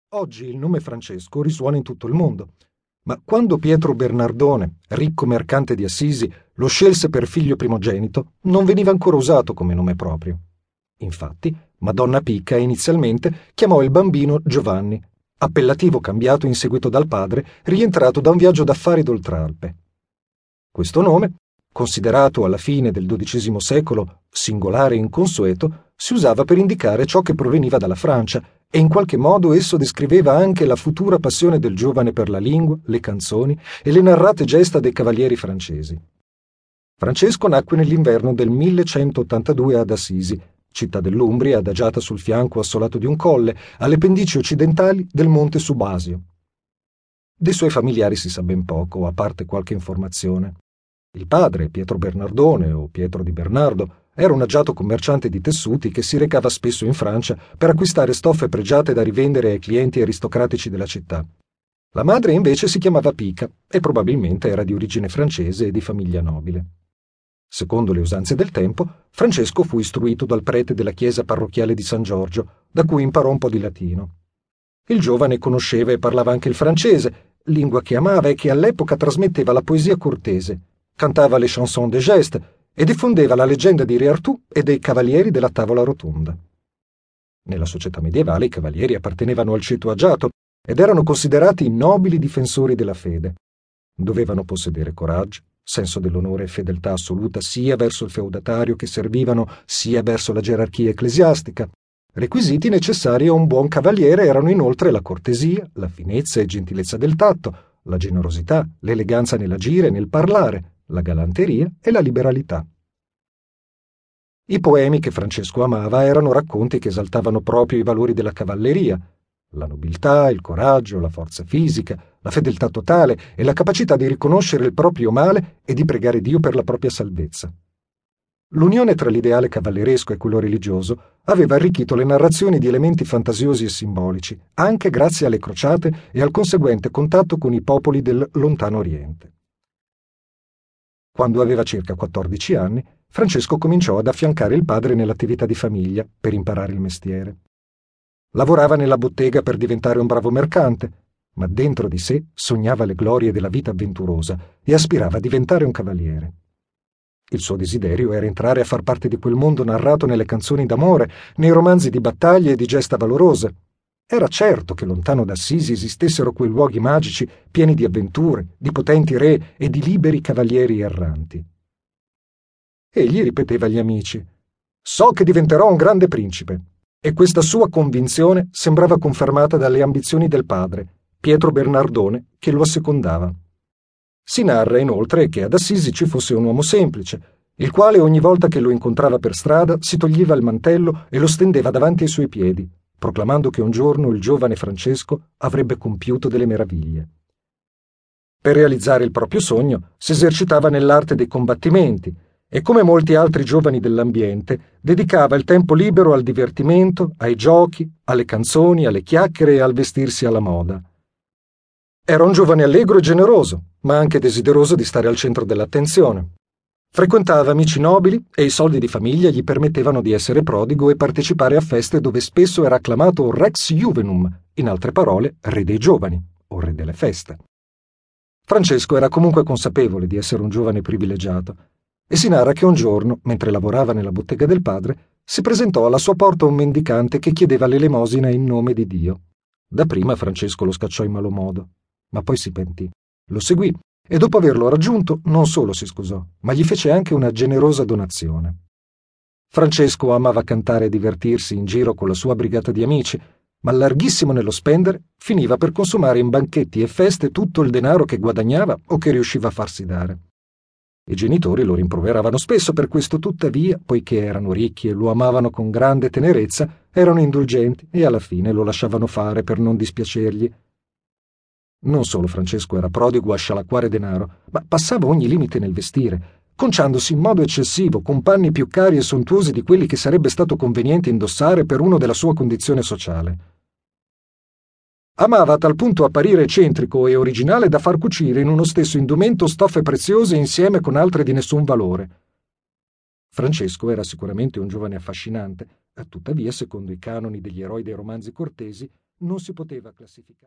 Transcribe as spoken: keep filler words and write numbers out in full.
Oggi il nome Francesco risuona in tutto il mondo, ma quando Pietro Bernardone, ricco mercante di Assisi, lo scelse per figlio primogenito, non veniva ancora usato come nome proprio. Infatti, Madonna Pica inizialmente chiamò il bambino Giovanni, appellativo cambiato in seguito dal padre, rientrato da un viaggio d'affari d'Oltralpe. Questo nome, considerato alla fine del dodicesimo secolo singolare e inconsueto, si usava per indicare ciò che proveniva dalla Francia, e in qualche modo esso descriveva anche la futura passione del giovane per la lingua, le canzoni e le narrate gesta dei cavalieri francesi. Francesco nacque nell'inverno del millecentottantadue ad Assisi, città dell'Umbria adagiata sul fianco assolato di un colle, alle pendici occidentali del monte Subasio. Dei suoi familiari si sa ben poco, a parte qualche informazione. Il padre, Pietro Bernardone o Pietro di Bernardo, era un agiato commerciante di tessuti che si recava spesso in Francia per acquistare stoffe pregiate da rivendere ai clienti aristocratici della città. La madre invece si chiamava Pica e probabilmente era di origine francese e di famiglia nobile. Secondo le usanze del tempo, Francesco fu istruito dal prete della chiesa parrocchiale di San Giorgio, da cui imparò un po' di latino. Il giovane conosceva e parlava anche il francese, lingua che amava e che all'epoca trasmetteva la poesia cortese, cantava le chanson de geste e diffondeva la leggenda di Re Artù e dei cavalieri della tavola rotonda. Nella società medievale i cavalieri appartenevano al ceto agiato ed erano considerati nobili difensori della fede. Dovevano possedere coraggio, senso dell'onore e fedeltà assoluta sia verso il feudatario che servivano sia verso la gerarchia ecclesiastica. Requisiti necessari a un buon cavaliere erano inoltre la cortesia, la finezza e gentilezza del tatto, la generosità, l'eleganza nell'agire e nel parlare, la galanteria e la liberalità. I poemi che Francesco amava erano racconti che esaltavano proprio i valori della cavalleria, la nobiltà, il coraggio, la forza fisica, la fedeltà totale e la capacità di riconoscere il proprio male e di pregare Dio per la propria salvezza. L'unione tra l'ideale cavalleresco e quello religioso aveva arricchito le narrazioni di elementi fantasiosi e simbolici, anche grazie alle crociate e al conseguente contatto con i popoli del lontano Oriente. Quando aveva circa quattordici anni, Francesco cominciò ad affiancare il padre nell'attività di famiglia per imparare il mestiere. Lavorava nella bottega per diventare un bravo mercante, ma dentro di sé sognava le glorie della vita avventurosa e aspirava a diventare un cavaliere. Il suo desiderio era entrare a far parte di quel mondo narrato nelle canzoni d'amore, nei romanzi di battaglie e di gesta valorose. Era certo che lontano da Assisi esistessero quei luoghi magici pieni di avventure, di potenti re e di liberi cavalieri erranti. Egli ripeteva agli amici: «So che diventerò un grande principe», e questa sua convinzione sembrava confermata dalle ambizioni del padre, Pietro Bernardone, che lo assecondava. Si narra inoltre che ad Assisi ci fosse un uomo semplice, il quale ogni volta che lo incontrava per strada si toglieva il mantello e lo stendeva davanti ai suoi piedi, proclamando che un giorno il giovane Francesco avrebbe compiuto delle meraviglie. Per realizzare il proprio sogno si esercitava nell'arte dei combattimenti e, come molti altri giovani dell'ambiente, dedicava il tempo libero al divertimento, ai giochi, alle canzoni, alle chiacchiere e al vestirsi alla moda. Era un giovane allegro e generoso, ma anche desideroso di stare al centro dell'attenzione. Frequentava amici nobili e i soldi di famiglia gli permettevano di essere prodigo e partecipare a feste dove spesso era acclamato Rex Juvenum, in altre parole, re dei giovani, o re delle feste. Francesco era comunque consapevole di essere un giovane privilegiato, e si narra che un giorno, mentre lavorava nella bottega del padre, si presentò alla sua porta un mendicante che chiedeva l'elemosina in nome di Dio. Dapprima Francesco lo scacciò in malo modo, ma poi si pentì. Lo seguì e dopo averlo raggiunto non solo si scusò, ma gli fece anche una generosa donazione. Francesco amava cantare e divertirsi in giro con la sua brigata di amici, ma larghissimo nello spendere finiva per consumare in banchetti e feste tutto il denaro che guadagnava o che riusciva a farsi dare. I genitori lo rimproveravano spesso per questo, tuttavia, poiché erano ricchi e lo amavano con grande tenerezza, erano indulgenti e alla fine lo lasciavano fare per non dispiacergli. Non solo Francesco era prodigo a scialacquare denaro, ma passava ogni limite nel vestire, conciandosi in modo eccessivo con panni più cari e sontuosi di quelli che sarebbe stato conveniente indossare per uno della sua condizione sociale. Amava a tal punto apparire eccentrico e originale da far cucire in uno stesso indumento stoffe preziose insieme con altre di nessun valore. Francesco era sicuramente un giovane affascinante, tuttavia, secondo i canoni degli eroi dei romanzi cortesi, non si poteva classificare.